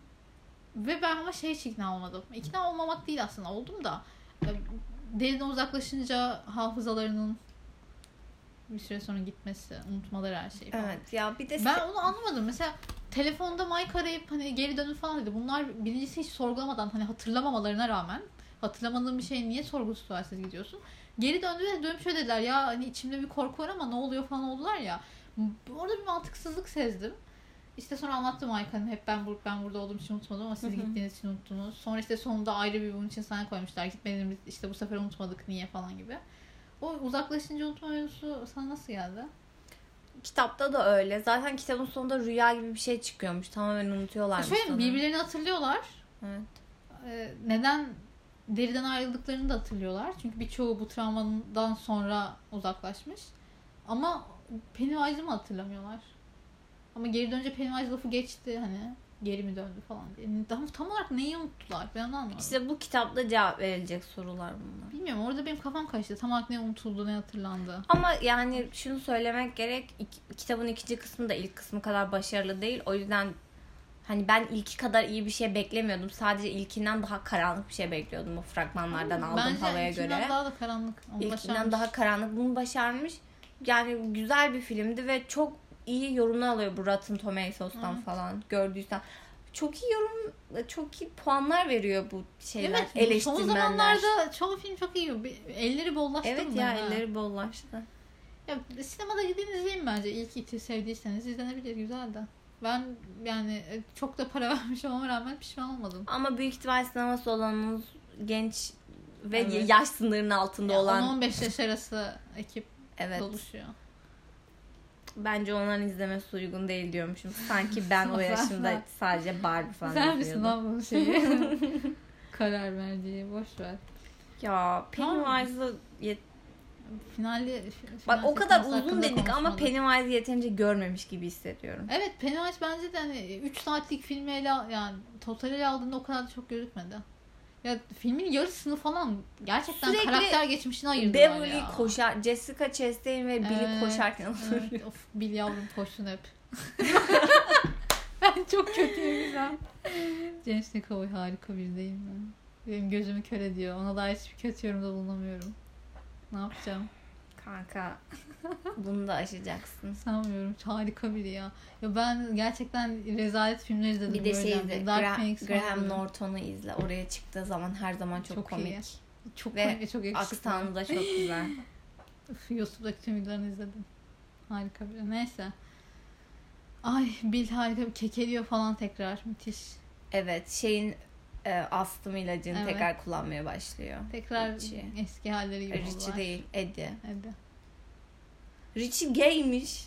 ve ben ama şey hiç ikna olmadım. İkna olmamak değil aslında, oldum da. E, deriden uzaklaşınca hafızalarının bir süre sonra gitmesi, unutmaları her şeyi falan. Evet ya bir de ben onu anlamadım. Mesela telefonda Mike arayıp hani geri dönün falan dedi. Bunlar birincisi hiç sorgulamadan hani hatırlamamalarına rağmen hatırlamadığın bir şey niye sorgusuz sualsiz gidiyorsun? Geri döndü ve dönüp şöyle dediler ya hani içimde bir korku var ama ne oluyor falan oldular ya. Orada bir mantıksızlık sezdim. İşte sonra anlattım Mike'ın hep ben, bur- ben burada olduğum için unutmadım ama siz Hı-hı. gittiğiniz için unuttunuz. Sonra işte sonunda ayrı bir bunun için sana koymuşlar. Gitmediğimiz işte bu sefer unutmadık niye falan gibi. O uzaklaşınca unutma mevzusu sana nasıl geldi? Kitapta da öyle. Zaten kitabın sonunda rüya gibi bir şey çıkıyormuş. Tamamen unutuyorlarmış. Şöyle sanırım. Birbirlerini hatırlıyorlar. Evet. Ee, neden deriden ayrıldıklarını da hatırlıyorlar. Çünkü birçoğu bu travmadan sonra uzaklaşmış. Ama Pennywise'ı mı hatırlamıyorlar? Ama geri dönünce Pennywise lafı geçti hani. Geri mi döndü falan diye. Tam, tam olarak neyi unuttular? Ben onu anlamadım. İşte bu kitapta cevap verilecek sorular bunlar. Bilmiyorum. Orada benim kafam karıştı. Tam olarak ne unutuldu, ne hatırlandı. Ama yani şunu söylemek gerek. Kitabın ikinci kısmı da ilk kısmı kadar başarılı değil. O yüzden hani ben ilki kadar iyi bir şey beklemiyordum. Sadece ilkinden daha karanlık bir şey bekliyordum. O fragmanlardan aldığım Bence havaya göre. Bence daha da karanlık. Onu İlkinden başarmış. daha karanlık. Bunu başarmış. Yani güzel bir filmdi ve çok iyi yorumlar alıyor bu Rotten Tomatoes'tan evet. falan gördüysen. Çok iyi yorum, çok iyi puanlar veriyor bu şeyler, evet, eleştirmenler. Son zamanlarda çoğu film çok iyi. Elleri bollaştı evet mı? Evet ya elleri bollaştı. Ya sinemada gidin izleyin bence. İlk iti sevdiyseniz izlenebilir, güzel de. Ben yani çok da para vermiş olmama rağmen pişman olmadım. Ama büyük ihtimal sinema salonumuz genç ve evet. yaş sınırının altında yani olan. on on beş yaş arası ekip evet. doluşuyor. Bence onların izlemesi uygun değil diyormuşum. Sanki ben o yaşımda sadece Barbie falan izliyordum. Sen misin lan bu şeyi? Karar verdiği. Boş ver. Ya Pennywise'ı yet- finali bak o kadar uzun dedik ama Pennywise'ı yeterince görmemiş gibi hissediyorum. Evet, Pennywise bence de hani üç saatlik filmi ele yani total ele aldığında o kadar da çok gözükmedi. Ya filmin yarısını falan gerçekten sürekli karakter geçmişine ayırdılar Beverly ya. koşar, Jessica Chastain ve Billy evet, koşarken evet. Of, Billy yavrum koşsun hep. Ben çok kötüyüm güzel. James McAvoy harika bir değil mi? Benim gözümü kör ediyor. Ona dair hiçbir kötü yorumda bulunamıyorum. Ne yapacağım? Kanka bunu da aşacaksın. Sanmıyorum. Harika biri ya. Ya ben gerçekten rezalet filmler izledim. Bir de şeydi. Gra- Graham Norton'u izle. Oraya çıktığı zaman her zaman çok, çok komik. İyi. Çok ve komik, çok aksanı da çok güzel. YouTube'daki tüm videolarını izledim. Harika biri. Neyse. Ay Bill harika bir kekeliyor falan tekrar. Müthiş. Evet. Şeyin e, astım ilacını evet. tekrar kullanmaya başlıyor. Tekrar Richie. Eski halleri gibi Richie oldular. değil. Eddie. Eddie. Richie gaymiş.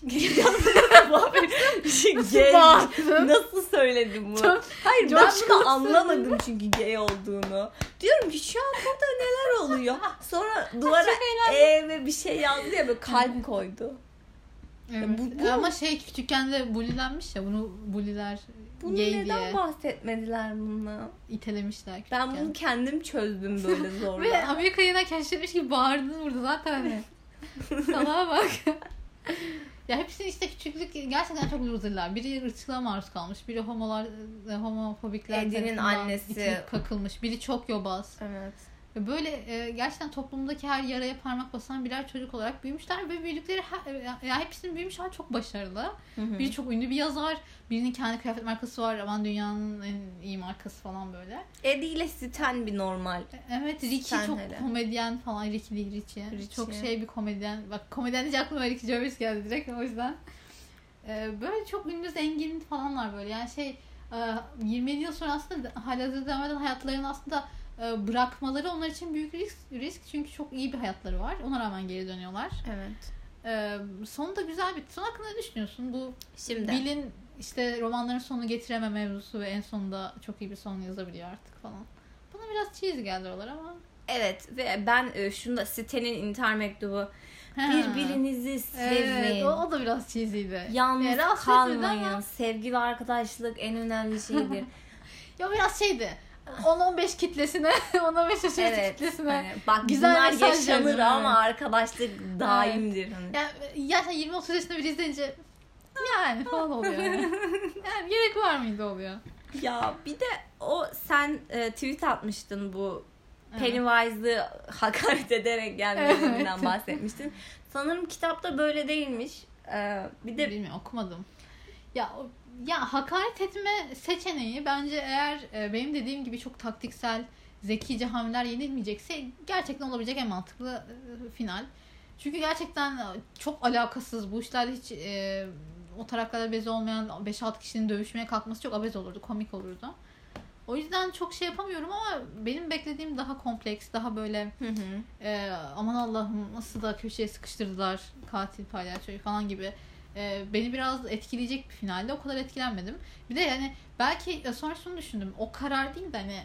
Richie gay. Nasıl söyledim bunu? Çok, Hayır ben bunu anlamadım çünkü gay olduğunu. Diyorum ki şu an burada neler oluyor? Sonra duvara E ve bir şey yazdı ya böyle kalp koydu. Evet. Bu, bu... Ama şey küçükken de bullylenmiş ya, bunu bullyler bunu gay neden diye bahsetmediler bununla? İtelemişler küçükken. Ben bunu kendim çözdüm böyle zorla. Ve Amerika'yı da keşfetmiş gibi bağırdın burada zaten hani. Salaha bak. Ya hepsi işte küçüklük gerçekten çok loserlar. Biri ırkçılığa maruz kalmış, biri homolar, homofobikler Eddie'nin annesi kakılmış, biri çok yobaz. Evet. Böyle e, gerçekten toplumdaki her yaraya parmak basan birer çocuk olarak büyümüşler ve büyüdükleri her, yani hepsinin büyümüş hali çok başarılı. Hı hı. Biri çok ünlü bir yazar, birinin kendi kıyafet markası var, aman dünyanın en iyi markası falan böyle. Eddie ile Stan bir normal. Evet, Richie çok hele. komedyen falan. Ricky değil Richie. Richie. Çok şey bir komedyen. Bak komedyen deyince aklıma Ricky Gervais geldi direkt o yüzden. Ee, böyle çok ünlü zengin falanlar böyle. Yani şey yirmi yedi yıl sonra aslında halihazırda devam eden hayatlarını aslında bırakmaları onlar için büyük risk, risk çünkü çok iyi bir hayatları var. Ona rağmen geri dönüyorlar. Evet. Ee, sonu da güzel bitti. Son hakkında ne düşünüyorsun? Bu Şimdi Bill'in işte romanların sonunu getireme mevzusu ve en sonunda çok iyi bir son yazabiliyor artık falan. Bana biraz cheesy geldi oralar ama. Evet ve ben şunu da Stan'in intihar mektubu ha. birbirinizi sevin. Evet, o, o da biraz cheesy'ydi. Yalnız yani kalmayın. Ama... Sevgi ve arkadaşlık en önemli şeydir. Ya biraz şeydi. on on beş kitlesine, on on beş yaş evet, kitlesine. Yani bak güzel bunlar yaşanır ama arkadaşlık daimdir. Evet. Yani yaşta yirmi otuz yaşında bir izleyince yani falan oluyor. Yani. Yani gerek var mıydı oluyor. Ya bir de o sen e, tweet atmıştın bu evet. Pennywise'ı hakaret ederek gelmelerinden evet. bahsetmiştin. Sanırım kitapta böyle değilmiş. Ee, bir de bilmiyorum, okumadım. Ya ya hakaret etme seçeneği bence eğer e, benim dediğim gibi çok taktiksel, zekice hamleler yenilmeyecekse gerçekten olabilecek en mantıklı e, final. Çünkü gerçekten çok alakasız bu işlerde hiç e, o taraklarda bezi olmayan beş altı kişinin dövüşmeye kalkması çok abes olurdu, komik olurdu. O yüzden çok şey yapamıyorum ama benim beklediğim daha kompleks, daha böyle hı hı. E, aman Allah'ım nasıl da köşeye sıkıştırdılar katil palyaçoyu falan gibi. Beni biraz etkileyecek bir finalde. O kadar etkilenmedim. Bir de yani belki sonra şunu düşündüm. O karar değil de hani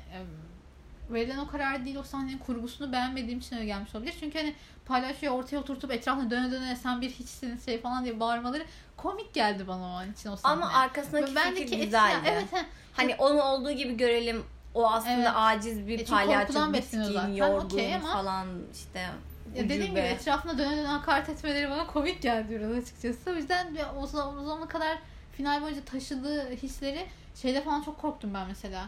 verilen o karar değil, o sahnenin kurgusunu beğenmediğim için öyle gelmiş olabilir. Çünkü hani palyaçoyu ortaya oturtup etrafına döne döne sen bir hiçsin şey falan diye bağırmaları komik geldi bana o an için o sahne. Ama arkasındaki fikir güzeldi. Etkilen, evet, he. Hani onu olduğu gibi görelim. O aslında evet. aciz bir e palyaço, bitkin, yorgun okay ama... falan işte. Ya dediğim gibi etrafına döne döne hakaret etmeleri bana komik geldi biraz açıkçası. O yüzden o zamana kadar final boyunca taşıdığı hisleri şeyde falan çok korktum ben mesela.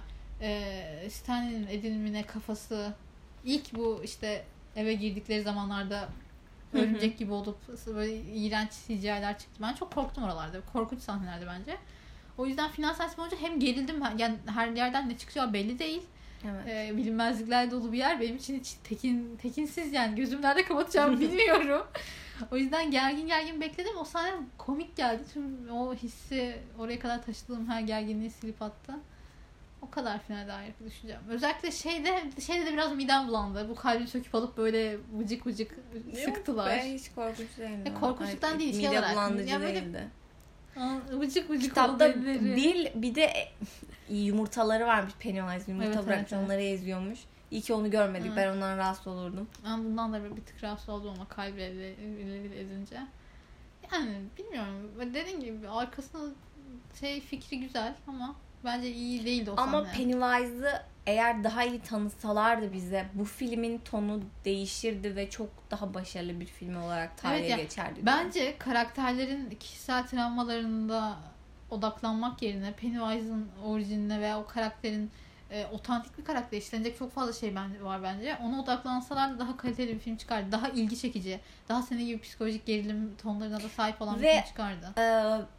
Ee, Stanley'nin edinimine kafası ilk bu işte eve girdikleri zamanlarda örümcek gibi olup böyle iğrenç C G I'ler çıktı. Ben çok korktum oralarda. Korkunç sahnelerdi bence. O yüzden final sahnesi boyunca hem gerildim, yani her yerden ne çıkacağı belli değil. Evet. Ee, bilinmezlikler dolu bir yer benim için hiç tekin tekinsiz, yani gözüm nerede kapatacağımı bilmiyorum. O yüzden gergin gergin bekledim. O sahne komik geldi. Tüm o hissi oraya kadar taşıdığım her gerginliği silip attı. O kadar finale dair düşüneceğim. Özellikle şeyde şeyde de biraz midem bulandı. Bu kalbini söküp alıp böyle vıcık vıcık sıktılar. Yok be, hiç korkunç değildi. E, korkunçluktan değil, şey mide olarak. bulandırıcı Ya böyle, değildi. Vıcık vıcık kitapta Bill bir de yumurtaları varmış, Pennywise yumurta evet, bırakmış evet, onları evet. eziyormuş. İyi ki onu görmedik. Evet. Ben ondan rahatsız olurdum. Ben bundan da bir tık rahatsız oldum ama kalbiyle ezince. Yani bilmiyorum. Dediğim gibi arkasında şey fikri güzel ama bence iyi değildi o ama sahne. Ama Pennywise'ı eğer daha iyi tanısalardı bize, bu filmin tonu değişirdi ve çok daha başarılı bir film olarak tarihe evet, yani, geçerdi. Bence diye. Karakterlerin kişisel travmalarında odaklanmak yerine Pennywise'ın orijinine veya o karakterin e, otantik bir karakter işlenecek çok fazla şey bence, var bence. Ona odaklansalar daha kaliteli bir film çıkardı. Daha ilgi çekici, daha senin gibi psikolojik gerilim tonlarına da sahip olan bir ve, film çıkardı. E,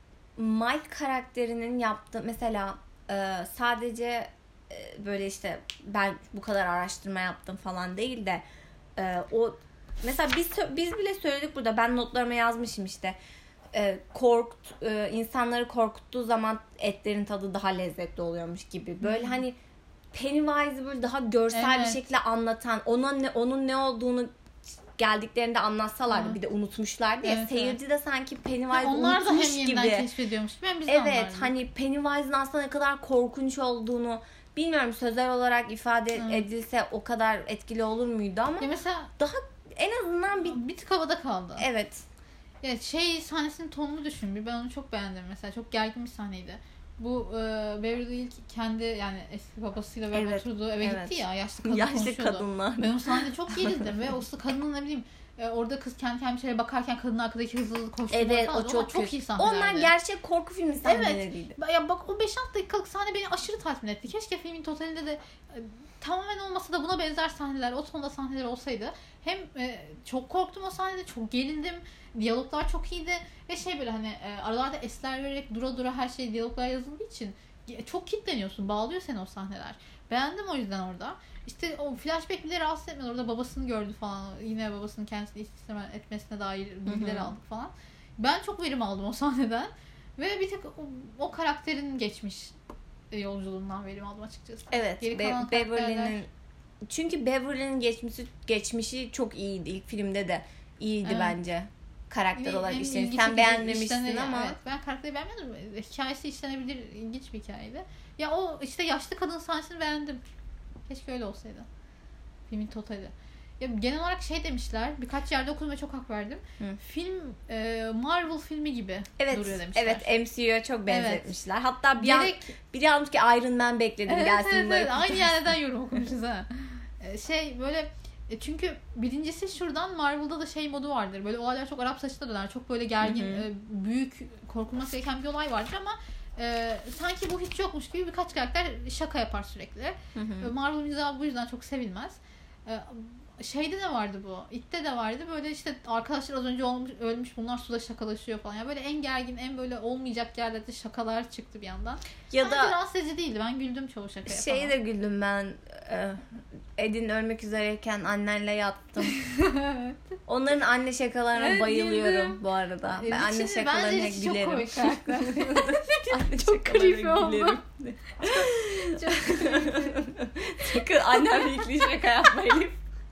Mike karakterinin yaptığı mesela e, sadece e, böyle işte ben bu kadar araştırma yaptım falan değil de e, o mesela biz biz bile söyledik burada, ben notlarıma yazmışım işte e, korkt e, insanları korkuttuğu zaman etlerin tadı daha lezzetli oluyormuş gibi böyle hmm. hani Pennywise'ı böyle daha görsel evet. bir şekilde anlatan, ona ne, onun ne olduğunu geldiklerinde anlatsalardı evet. bir de unutmuşlardı ya evet, seyirci evet. de sanki Pennywise onlar unutmuş da hem yeniden gibi. Keşfediyormuş gibi hem biz evet anlardık. Hani Pennywise'ın aslında ne kadar korkunç olduğunu bilmiyorum, sözel olarak ifade evet. edilse o kadar etkili olur muydu ama ya mesela daha en azından bir bir tık havada kaldı. Evet. Ya şey sahnesinin tonunu düşün bir, ben onu çok beğendim mesela, çok gergin bir sahneydi. Bu e, Beverly ilk kendi yani eski babasıyla beraber evet, oturduğu eve evet. gitti ya, yaşlı kadın yaşlı konuşuyordu. Kadınlar. Ben o sahnede çok gerildim ve o kadının ne bileyim e, orada kız kendi kendi şeye bakarken kadının arkadaki hızlı hızlı koştuğu evet, falan. O çok, çok iyi sahnelerdi. Onlar gerçek korku filmi sahneleriydi. Evet. Ya bak o beş altı dakikalık sahne beni aşırı tatmin etti. Keşke filmin totalinde de e, tamamen olmasa da buna benzer sahneler, o tonda sahneler olsaydı. Hem e, çok korktum o sahnede, çok gerildim. Diyaloglar çok iyiydi ve şey böyle hani e, aralarda esler vererek dura dura her şey diyaloglar yazıldığı için çok kilitleniyorsun, bağlıyor seni o sahneler. Beğendim o yüzden orada. İşte o flashback bile rahatsız etmedi. Orada babasını gördü falan. Yine babasının kendisini istismar etmesine dair bilgiler aldık falan. Ben çok verim aldım o sahneden. Ve bir tek o, o karakterin geçmiş yolculuğundan verim aldım açıkçası. Evet. Be- Beverly'nin çünkü Beverly'nin geçmişi geçmişi çok iyiydi. İlk filmde de iyiydi evet. bence. Karakter olarak işlenmiş. Sen beğenmemiştin ama. Evet, ben karakteri beğenmedim. Hikayesi işlenebilir, ilginç bir hikayeydi. Ya o işte yaşlı kadın sahnesini beğendim. Keşke öyle olsaydı. Filmin totali. Ya genel olarak şey demişler. Birkaç yerde okudum ve çok hak verdim. Hı. Film e, Marvel filmi gibi evet, duruyor demişler. Evet, M C U'ya çok benzetmişler. Evet. Hatta bir Gerek... an biri almış ki Iron Man bekledim evet, gelsin. Evet, evet. Aynı yerden yorum okumuşuz ha. Şey böyle çünkü birincisi şuradan Marvel'da da şey modu vardır. Böyle olaylar çok Arap saçına döner. Çok böyle gergin, hı hı. büyük, korkulması gereken bir olay vardır ama e, sanki bu hiç yokmuş gibi birkaç karakter şaka yapar sürekli. Hı hı. Marvel mizahı bu yüzden çok sevilmez. E, şeyde de vardı bu. İt'te de vardı. Böyle işte arkadaşlar az önce olmuş, ölmüş, bunlar suda şakalaşıyor falan. Yani böyle en gergin, en böyle olmayacak yerlerde şakalar çıktı bir yandan. Ya da rahatsız edici değildi. Ben güldüm çoğu şakaya falan. Şeye de güldüm ben. Edin ölmek üzereyken annenle yattım. Evet. Onların anne şakalarına evet, bayılıyorum güldüm. Bu arada. Ben evet, anne şakalarına gülerim. Çok komik karakter. Anne çok creepy oldu. Çok creepy. Sakın annemle ilgili şaka yapma Elif.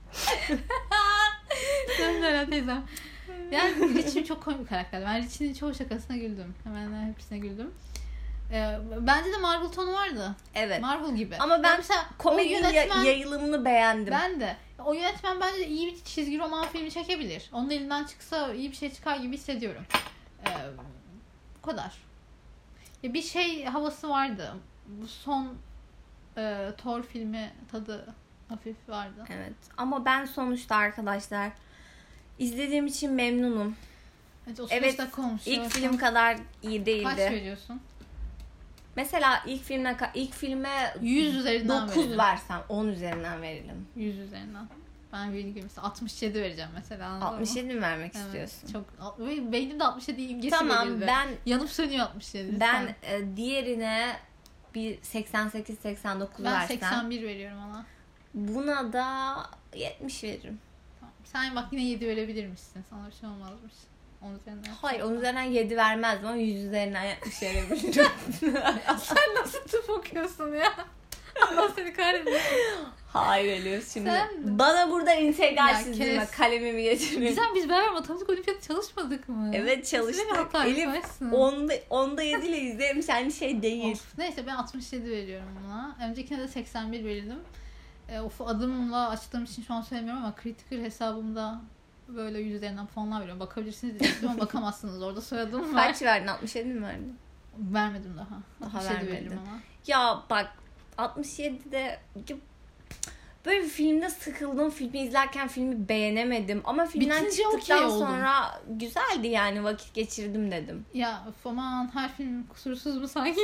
Sen teyzem. Yani Richie çok komik bir karakter. Ben Richie'nin çoğu şakasına güldüm. Hemen hepsine güldüm. Ee, bence de Marvel tonu vardı. Evet. Marvel gibi. Ama ben yani mesela komedi yönetmen, yayılımını beğendim. Ben de. O yönetmen bence iyi bir çizgi roman filmi çekebilir. Onun elinden çıksa iyi bir şey çıkar gibi hissediyorum. Ee, bu kadar. Ya bir şey havası vardı. Bu son e, Thor filmi tadı hafif vardı. Evet. Ama ben sonuçta arkadaşlar izlediğim için memnunum. Evet, evet olmuş, ilk film kadar iyi değildi. Kaç veriyorsun? Mesela ilk filme ilk filme yüz üzerinden dokuz verelim. Versem on üzerinden verelim. yüz üzerinden. Ben bilgi mesela altmış yedi vereceğim mesela. altmış yedi mi vermek evet, istiyorsun? Çok beynimde altmış yedi imgesi tamam, verildi. Ben yanıp sönüyor altmış yedi. Ben e, diğerine bir seksen sekiz seksen dokuz ben versem. Ben seksen bir veriyorum ona. Buna da yetmiş veririm. Tamam. Sen bak yine yedi verebilir misin? Sana bir şey olmazmış. Onun üzerinden. Hayır, onun üzerinden yedi vermezdim ama yüz üzerinden yetmiş verebilirim. Sen nasıl tıp okuyorsun ya? Allah seni kahretsin. Hayır Elif, şimdi sen... bana burada integral çizdirme, kes... kalemimi getirme. Güzel, biz beraber matematik olimpiyatı çalışmadık mı? Evet çalıştık. Elif onda, onda yedi ile izlemiş aynı şey değil. Of, neyse ben altmış yedi veriyorum buna. Öncekine de seksen bir verirdim. E, of adımla açtığım için şu an söylemiyorum ama Critical hesabımda böyle yüz üzerinden puanlar veriyorum. Bakabilirsiniz dedim ama bakamazsınız. Orada soyadım var. Kaç verdin? altmış yedi mi verdin? Vermedim daha. Daha vermedim. Ama. Ya bak altmış yedide böyle bir filmde sıkıldım. Filmi izlerken filmi beğenemedim. Ama filmden bitince çıktıktan okay sonra güzeldi yani, vakit geçirdim dedim. Ya aman her film kusursuz mu sanki?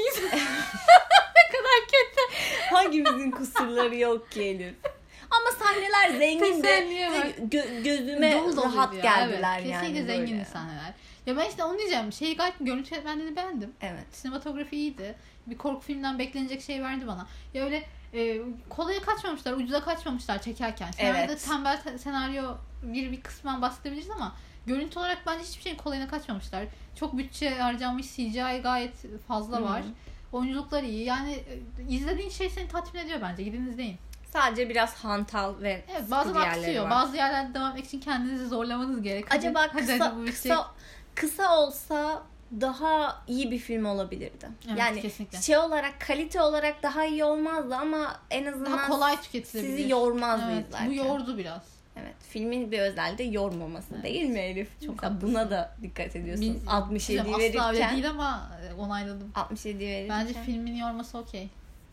Ne kadar kötü. Hangimizin kusurları yok ki Elif? Ama sahneler zengin de gö- gözüme dolu rahat ya. Geldiler evet, yani. Kesinlikle zengin sahneler. Ya ben işte onu diyeceğim. Şey gayet görüntü yönetmenliğini beğendim. Evet. Sinematografi iyiydi. Bir korku filmden beklenecek şey verdi bana. Ya öyle e, kolaya kaçmamışlar, ucuza kaçmamışlar çekerken. Senaryoda evet. Tembel te- senaryo bir bir kısmen bahsedebiliriz ama görüntü olarak bence hiçbir şeyin kolayına kaçmamışlar. Çok bütçe harcanmış, C G I gayet fazla var. Hı-hı. Oyunculuklar iyi. Yani e, izlediğin şey seni tatmin ediyor bence. Gidin izleyin. Sadece biraz hantal ve evet, bazen aksıyor. Bazı yerlerde devam etmek için kendinizi zorlamanız gerek. Acaba hadi, kısa, hadi kısa, şey... kısa olsa daha iyi bir film olabilirdi. Evet, yani kesinlikle. Şey olarak, kalite olarak daha iyi olmazdı ama en azından daha kolay tüketilebilir. Sizi yormazdı evet, izlerken. Bu yordu biraz. Evet. Filmin bir özelliği de yormaması evet. Değil mi Elif? Çok buna da dikkat ediyorsun. Biz, altmış yedi verirken. Asla öyle değil ama onayladım. altmış yedi verirken. Bence filmin yorması okey.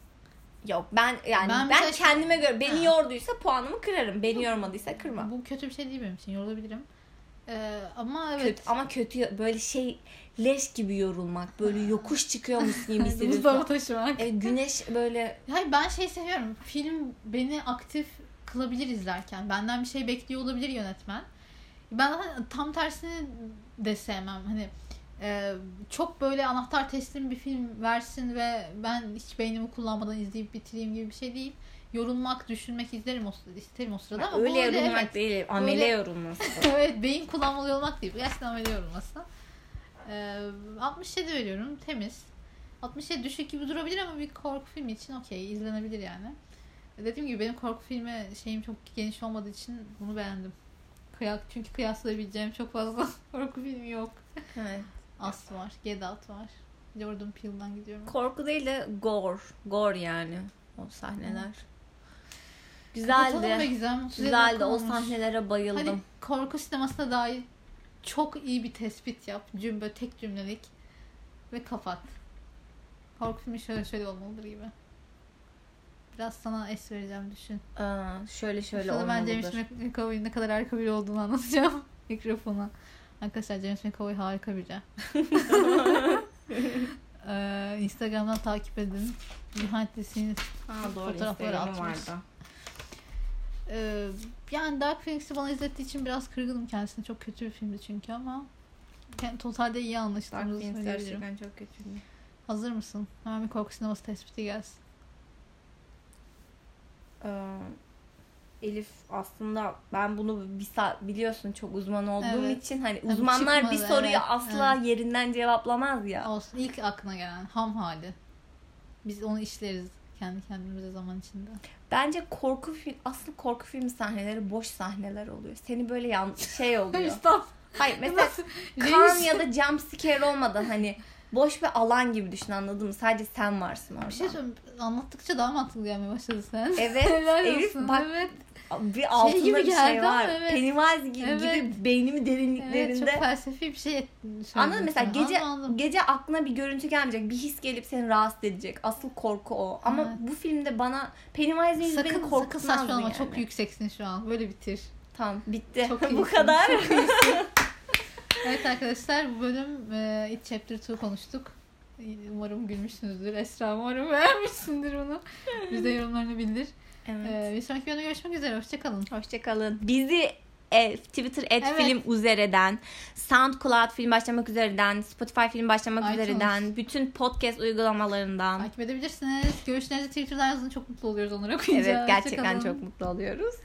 Yok ben yani ben, ben kendime göre beni ha. Yorduysa puanımı kırarım. Beni yormadıysa kırmam. Bu kötü bir şey değil benim için. Yorulabilirim. Ee, ama evet. Kötü, ama kötü böyle şey leş gibi yorulmak. Böyle yokuş çıkıyormuş gibi hissediyorsun. Buzdolabı taşımak. E, güneş böyle. Hayır ben şey seviyorum. Film beni aktif kılabilir izlerken. Benden bir şey bekliyor olabilir yönetmen. Ben tam tersini de sevmem. Hani Ee, çok böyle anahtar teslim bir film versin ve ben hiç beynimi kullanmadan izleyip bitireyim gibi bir şey değil. Yorulmak, düşünmek izlerim o, isterim o sırada ama öyle yorulmak evet, değil, amele öyle, yorulması. Evet, beyin kullanmalı olmak değil. Gerçekten amele yorulması. Ee, altmış yedi veriyorum. Temiz. altmış yedi düşük gibi durabilir ama bir korku filmi için okey, izlenebilir yani. Dediğim gibi benim korku filmi şeyim çok geniş olmadığı için bunu beğendim. Kıyak, çünkü kıyaslayabileceğim çok fazla korku filmi yok. Evet. As var, Get Out var. Jordan Peele'dan gidiyorum. Korku değil de gore. Gore yani o sahneler. Hı. Güzeldi. Güzel, Güzeldi. O sahnelere bayıldım. Hadi korku sinemasına dair çok iyi bir tespit yap. Cümle, tek cümlelik ve kapat. Korku filmi şöyle şöyle olmalıdır gibi. Biraz sana es vereceğim, düşün. Aa, şöyle şöyle olmalıdır. Ben James McAvoy'un ne kadar harika biri olduğunu anlatacağım mikrofona. Arkadaşlar James McAvoy harika biri. ee, Instagram'dan takip edin. Behind the scenes fotoğrafları atmış. Ee, yani Dark Phoenix'i bana izlettiği için biraz kırgınım kendisine. Çok kötü bir filmdi çünkü ama yani totalde iyi anlaştığımızı söyleyebilirim. Dark Phoenix gerçekten çok kötüydü. Hazır mısın? Hemen bir korku sineması tespiti gelsin. Ee, Elif aslında ben bunu bir saat biliyorsun çok uzman olduğum evet. için hani uzmanlar çıkmadı, bir soruyu evet. asla evet. yerinden cevaplamaz ya. Olsun, ilk aklına gelen ham hali. Biz onu işleriz kendi kendimize zaman içinde. Bence korku film, asıl korku filmi sahneleri boş sahneler oluyor. Seni böyle yan şey oluyor. Hayır mesela kan ya da jump scare olmadan hani boş bir alan gibi düşün, anladın mı? Sadece sen varsın orada. Bir şey söyleyeyim. Anlattıkça daha mantıklı gelmeye başladı sen. Evet. Elif bak evet. bir altında şey gibi bir şey var. Evet. Pennywise gibi, evet. gibi beynimi derinliklerinde. Evet, çok felsefi bir şey. Anladın mı? Mesela gece anladım. Gece aklına bir görüntü gelmeyecek. Bir his gelip seni rahatsız edecek. Asıl korku o. Ama evet. bu filmde bana Pennywise'in yüzü beni korkutmazdı. Sakın saçmalama yani. Çok yükseksin şu an. Böyle bitir. Tamam bitti. Çok bu kadar. Çok evet arkadaşlar, bu bölüm e, It Chapter iki konuştuk. Umarım gülmüşsünüzdür. Esra umarım beğenmişsindir bunu. Bize yorumlarını bildir. Evet. E, bir sonraki bölümde görüşmek üzere. Hoşçakalın. Hoşçakalın. Bizi e, Twitter et evet. film üzerinden, SoundCloud film başlamak üzerinden, Spotify film başlamak iTunes. üzerinden, bütün podcast uygulamalarından takip edebilirsiniz. Görüşlerinizi Twitter'dan yazın. Çok mutlu oluyoruz onları okuyunca. Evet, gerçekten çok mutlu oluyoruz.